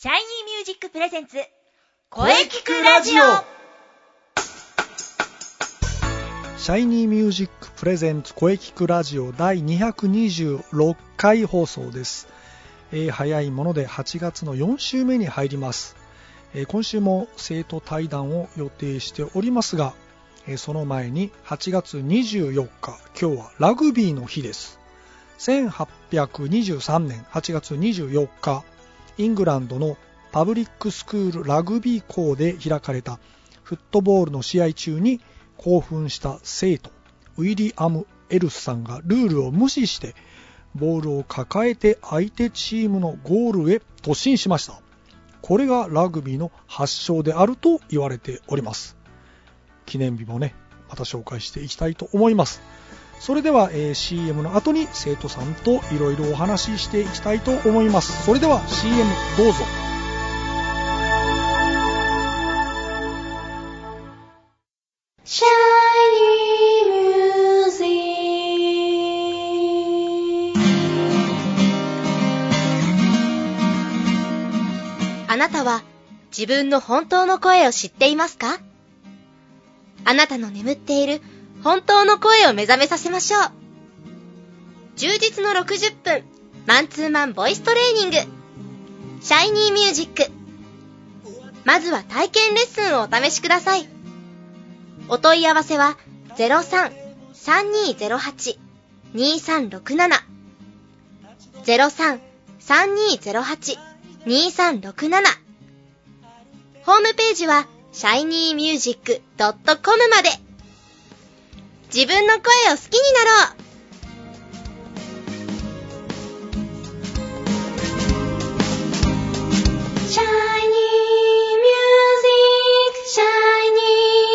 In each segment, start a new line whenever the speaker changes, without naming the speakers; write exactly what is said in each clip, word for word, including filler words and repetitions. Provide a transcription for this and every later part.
シャイニーミュージックプレゼンツ声聞くラジオ。
シャイニーミュージックプレゼンツ声聞くラジオ第にひゃくにじゅうろっかい放送です。えー、早いものではちがつのよん週目に入ります。えー、今週も生徒対談を予定しておりますが、えー、その前にはちがつにじゅうよっか、今日はラグビーの日です。せんはっぴゃくにじゅうさんねんはちがつにじゅうよっか、イングランドのパブリックスクールラグビー校で開かれたフットボールの試合中に興奮した生徒ウィリアム・エルスさんがルールを無視してボールを抱えて相手チームのゴールへ突進しました。これがラグビーの発祥であると言われております。記念日もね、また紹介していきたいと思います。それでは、えー、シーエム の後に生徒さんといろいろお話ししていきたいと思います。それでは シーエム どうぞ。
Shiny Music。 あなたは自分の本当の声を知っていますか？あなたの眠っている本当の声を目覚めさせましょう。充実のろくじゅっぷんマンツーマンボイストレーニング、シャイニーミュージック。まずは体験レッスンをお試しください。お問い合わせは ゼロさん さんにーゼロはち にーさんろくなな ゼロさん さんにーゼロはち にーさんろくなな。 ホームページは シャイニーミュージックドットコム まで。自分の声を好きになろう。シャイニーミュージック、シャイニ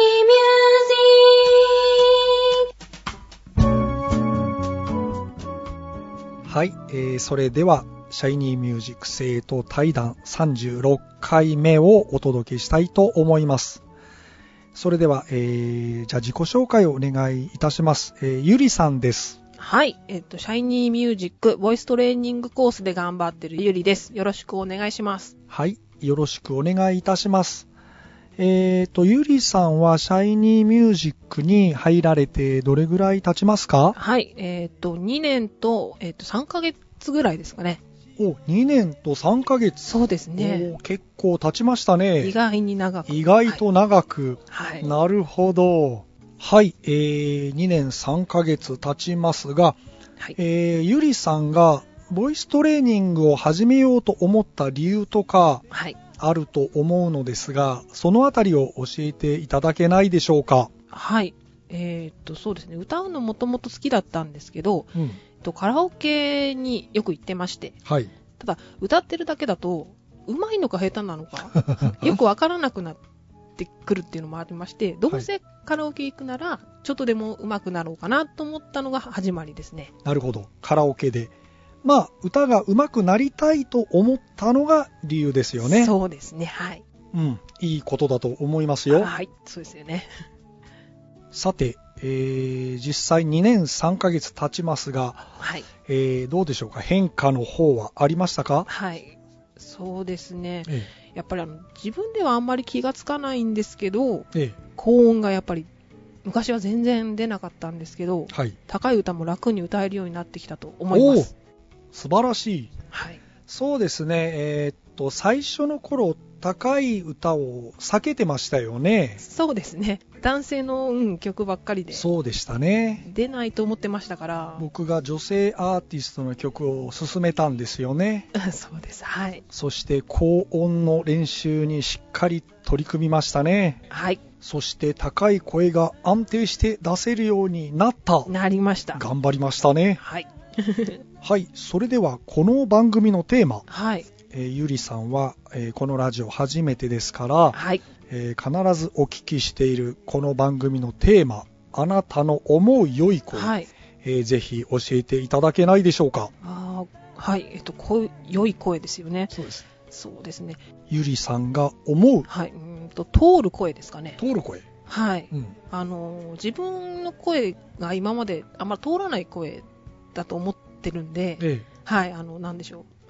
ーミュージック。
はい、えー、それではシャイニーミュージック生徒対談さんじゅうろっかいめをお届けしたいと思います。それでは、えー、じゃあ自己紹介をお願いいたします。えー、ゆりさんです。
はい、えっと、シャイニーミュージックボイストレーニングコースで頑張っているゆりです。よろしくお願いします。
はい、よろしくお願いいたします。えーと、ゆりさんはシャイニーミュージックに入られてどれぐらい経ちますか？
はい、えっと、にねんと、えっと、さんかげつぐらいですかね。
お、にねんとさんかげつ。
そうですね。
お、結構経ちましたね。
意外に長く。
意外と長く。
はい。
なるほど。はい、えー、にねんさんかげつ経ちますが、
はい、
えー、ゆりさんがボイストレーニングを始めようと思った理由とか、
はい、
あると思うのですが、そのあたりを教えていただけないでしょうか？
はい。えー、っと、そうですね。歌うのもともと好きだったんですけど、
うん、
えっと、カラオケによく行ってまして、
はい。
ただ、歌ってるだけだと、上手いのか下手なのか、よくわからなくなってくるっていうのもありまして、どうせカラオケ行くなら、ちょっとでも上手くなろうかなと思ったのが始まりですね。
なるほど。カラオケで。まあ、歌が上手くなりたいと思ったのが理由ですよね。
そうですね、はい。
うん、いいことだと思いますよ。
はい、そうですよね。
さて、えー、実際にねんさんかげつ経ちますが、
はい。
えー、どうでしょうか？変化の方はありましたか？
はい。そうですね。
え
やっぱりあの、自分ではあんまり気がつかないんですけど、
ええ
高音がやっぱり、昔は全然出なかったんですけど、
はい、
高い歌も楽に歌えるようになってきたと思います。
お、素晴らしい。
はい。
そうですね、えーっと最初の頃高い歌を避けてましたよね。
そうですね。男性の、うん、曲ばっかりで
そうでしたね。
出ないと思ってましたから。
僕が女性アーティストの曲を勧めたんですよね。
そうです。はい。
そして高音の練習にしっかり取り組みましたね。
はい。
そして高い声が安定して出せるようになった。
なりました。
頑張りましたね。
はい。
はい、それではこの番組のテーマ、
はい。
えー、ゆりさんは、えー、このラジオ初めてですから、
はい。
えー、必ずお聞きしているこの番組のテーマ、あなたの思う良い声、
はい。
えー、ぜひ教えていただけないでしょうか？
あはい。えっと、こう、良い声ですよね。
そうです。
そうですね。
ゆりさんが思う、
はい。うんと、通る声ですかね。
通る声。
はい。
うん、
あの、自分の声が今まであんまり通らない声だと思ってるんで、
ええ、
はい。あの、なんでしょう。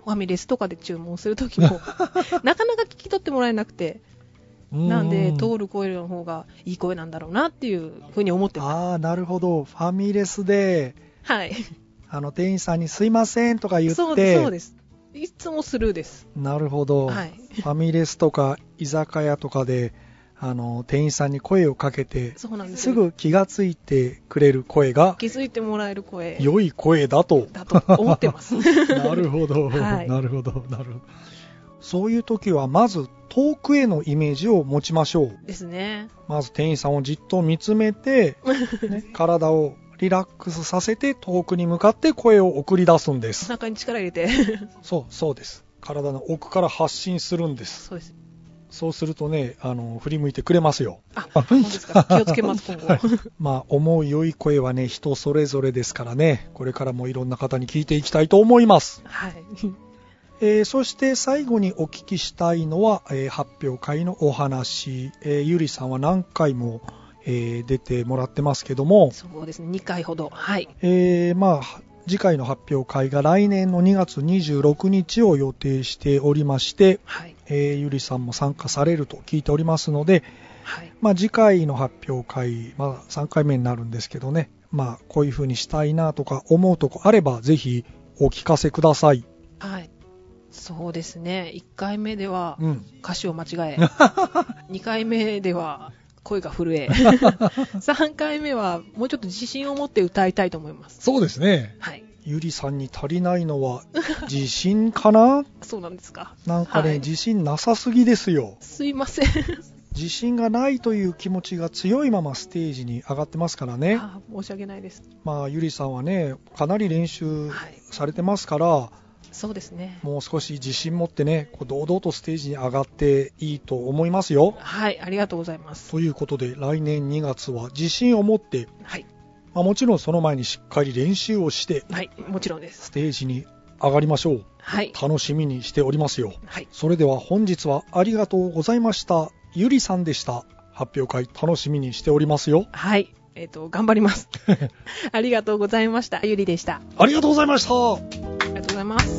ファミレスとかで注文するときも、なかなか聞き取ってもらえなくて、なんで、通る声の方がいい声なんだろうなっていうふうに思ってます。
ああ、なるほど。ファミレスで、
はい。
あの、店員さんにすいませんとか言って。
そうです、そうです。いつもスルーです。
なるほど。はい、ファミレスとか居酒屋とかで、あの、店員さんに声をかけて、そうなんです。すぐ気がついてくれる声が、
気づいてもらえる声。
良い声だと。
だと思ってます。
なるほど、はい。なるほど、なるほど。そういう時は、まず遠くへのイメージを持ちましょう。
ですね。
まず店員さんをじっと見つめて、ね、体をリラックスさせて遠くに向かって声を送り出すんです。
中に力入れて。
そう、そうです。体の奥から発信するんです。
そうです。
そうするとね、あの、振り向いてくれますよ。
あ、そうですか。気をつけます、今後。はい、
まあ、思う良い声はね、人それぞれですからね、これからもいろんな方に聞いていきたいと思います。
はい。
えー、そして最後にお聞きしたいのは、えー、発表会のお話、えー、ゆりさんは何回も、えー、出てもらってますけども、
そうですね、にかいほど、はい。
えー、まあ次回の発表会が来年のにがつにじゅうろくにちを予定しておりまして、はい、えー、ゆりさんも参加されると聞いておりますので、はい、まあ、次回の発表会、まあ、さんかいめになるんですけどね、まあ、こういう風にしたいなとか思うとこあればぜひお聞かせください。
はい。そうですね。いっかいめでは歌詞を間違え、うん、にかいめでは声が震え、さんかいめはもうちょっと自信を持って歌いたいと思います。
そうですね。はい。ゆりさんに足りないのは自信かな。
そうなんですか。
なんかね、はい、自信なさすぎですよ。
すいません。
自信がないという気持ちが強いままステージに上がってますからね。
あ、申し訳ないです。
まあゆりさんはね、かなり練習されてますから、はい、
そうですね。
もう少し自信持ってね、こう堂々とステージに上がっていいと思いますよ。
はい、ありがとうございます。
ということで、来年にがつは自信を持って、はい、まあ、もちろんその前にしっかり練習をして、
はい、もちろんです。
ステージに上がりましょう。はい、楽しみにしておりますよ。はい、それでは本日はありがとうございました。ゆりさんでした。発表会楽しみにしておりますよ。
はい、えっと頑張ります。ありがとうございました。ゆりでした。
ありがとうございました。
ありがとうございます。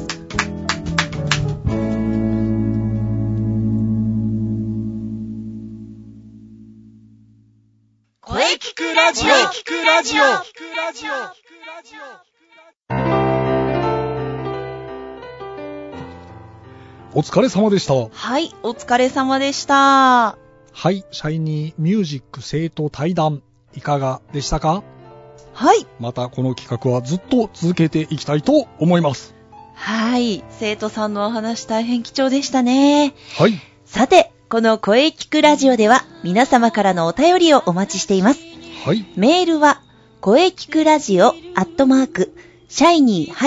声聞くラジオ、聞くラジオ、聞くラジオ、聞くラジ
オ。お疲れ様でした。
はい、お疲れ様でした。
はい、シャイニーミュージック生徒対談いかがでしたか？
はい。
またこの企画はずっと続けていきたいと思います。
はい、生徒さんのお話大変貴重でしたね。
はい。
さて、この声聞くラジオでは皆様からのお便りをお待ちしています。
はい。
メールは声聞くラジオアットマークシャイニー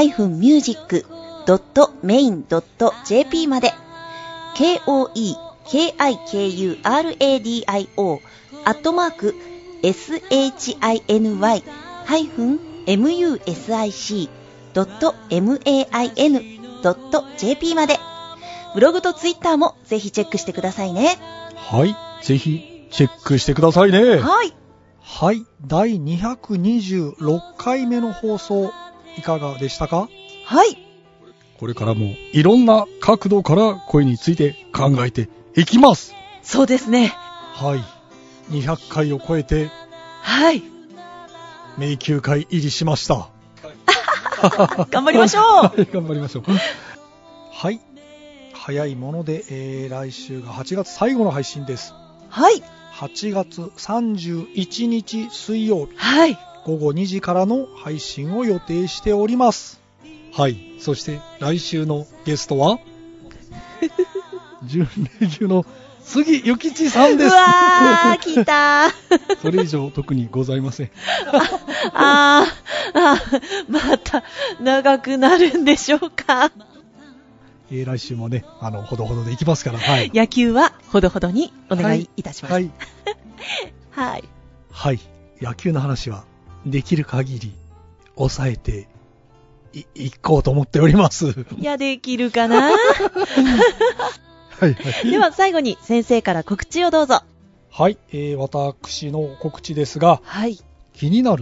-music.main.jp まで ケーオーイーケーアイケーユーアールエーディーアイオー アットマーク シャイニー -music.main.jp までブログとツイッターもぜひチェックしてくださいね。
はい、ぜひチェックしてくださいね。
はい。
はい、だいにひゃくにじゅうろっかいめの放送いかがでしたか？
はい。
これからもいろんな角度から声について考えていきます。
そうですね。
はい、にひゃっかいを超えて、
はい、
迷宮会入りしました。
頑張りましょう。
はい、頑張りましょう。はい。早いもので、えー、来週がはちがつ最後の配信です。
はい。
はちがつさんじゅういちにち水曜日、
はい、
ごごにじからの配信を予定しております。はい。そして来週のゲストは準レギュの杉ゆきちさんです。
うわー、聞いたー。
それ以上特にございません。
あーあー、また長くなるんでしょうか。
えー、来週もね、あの、ほどほどでいきますから、はい。
野球はほどほどにお願いいたします。はい。はい。はい。
はい。野球の話は、できる限り、抑えてい、いこうと思っております。
いや、できるかな。はい、はい。では、最後に先生から告知をどうぞ。
はい。えー、私の告知ですが、
はい。
気になる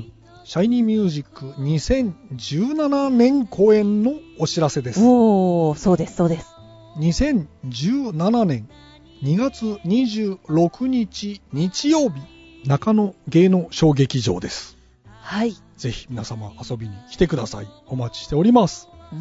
シャイニーミュージックにせんじゅうななねん公演のお知らせです。
おー、そうです、そうです。
にせんじゅうななねんにがつにじゅうろくにち日曜日、中野芸能小劇場です。
はい。
ぜひ皆様遊びに来てください。お待ちしております。
うん、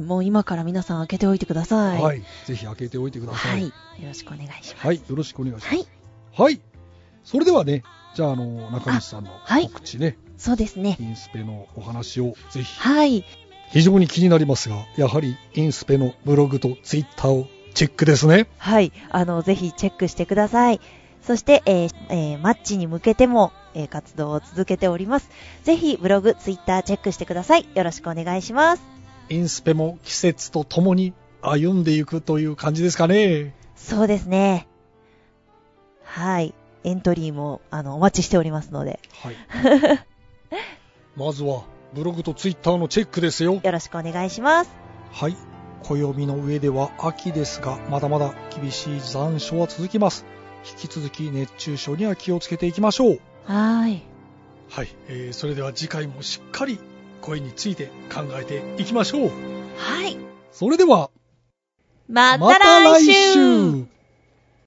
もう今から皆さん開けておいてください。
はい。ぜひ開けておいてください。
はい。よろしくお願いします。
はい。よろしくお願いします。
はい。
はい。それではね、じゃあ、あの、中西さんの告知ね。はい、
そうですね。
インスペのお話をぜひ。
はい。
非常に気になりますが、やはりインスペのブログとツイッターをチェックですね。
はい。あの、ぜひチェックしてください。そして、えーえー、マッチに向けても、えー、活動を続けております。ぜひブログ、ツイッターチェックしてください。よろしくお願いします。
インスペも季節とともに歩んでいくという感じですかね。
そうですね。はい。エントリーもあのお待ちしておりますので。
はい。まずはブログとツイッターのチェックですよ。
よろしくお願いします。
はい。暦の上では秋ですが、まだまだ厳しい残暑は続きます。引き続き熱中症には気をつけていきましょう。
はい。
はい、えー、それでは次回もしっかり声について考えていきましょう。
はい。
それでは
また来週。
また来週。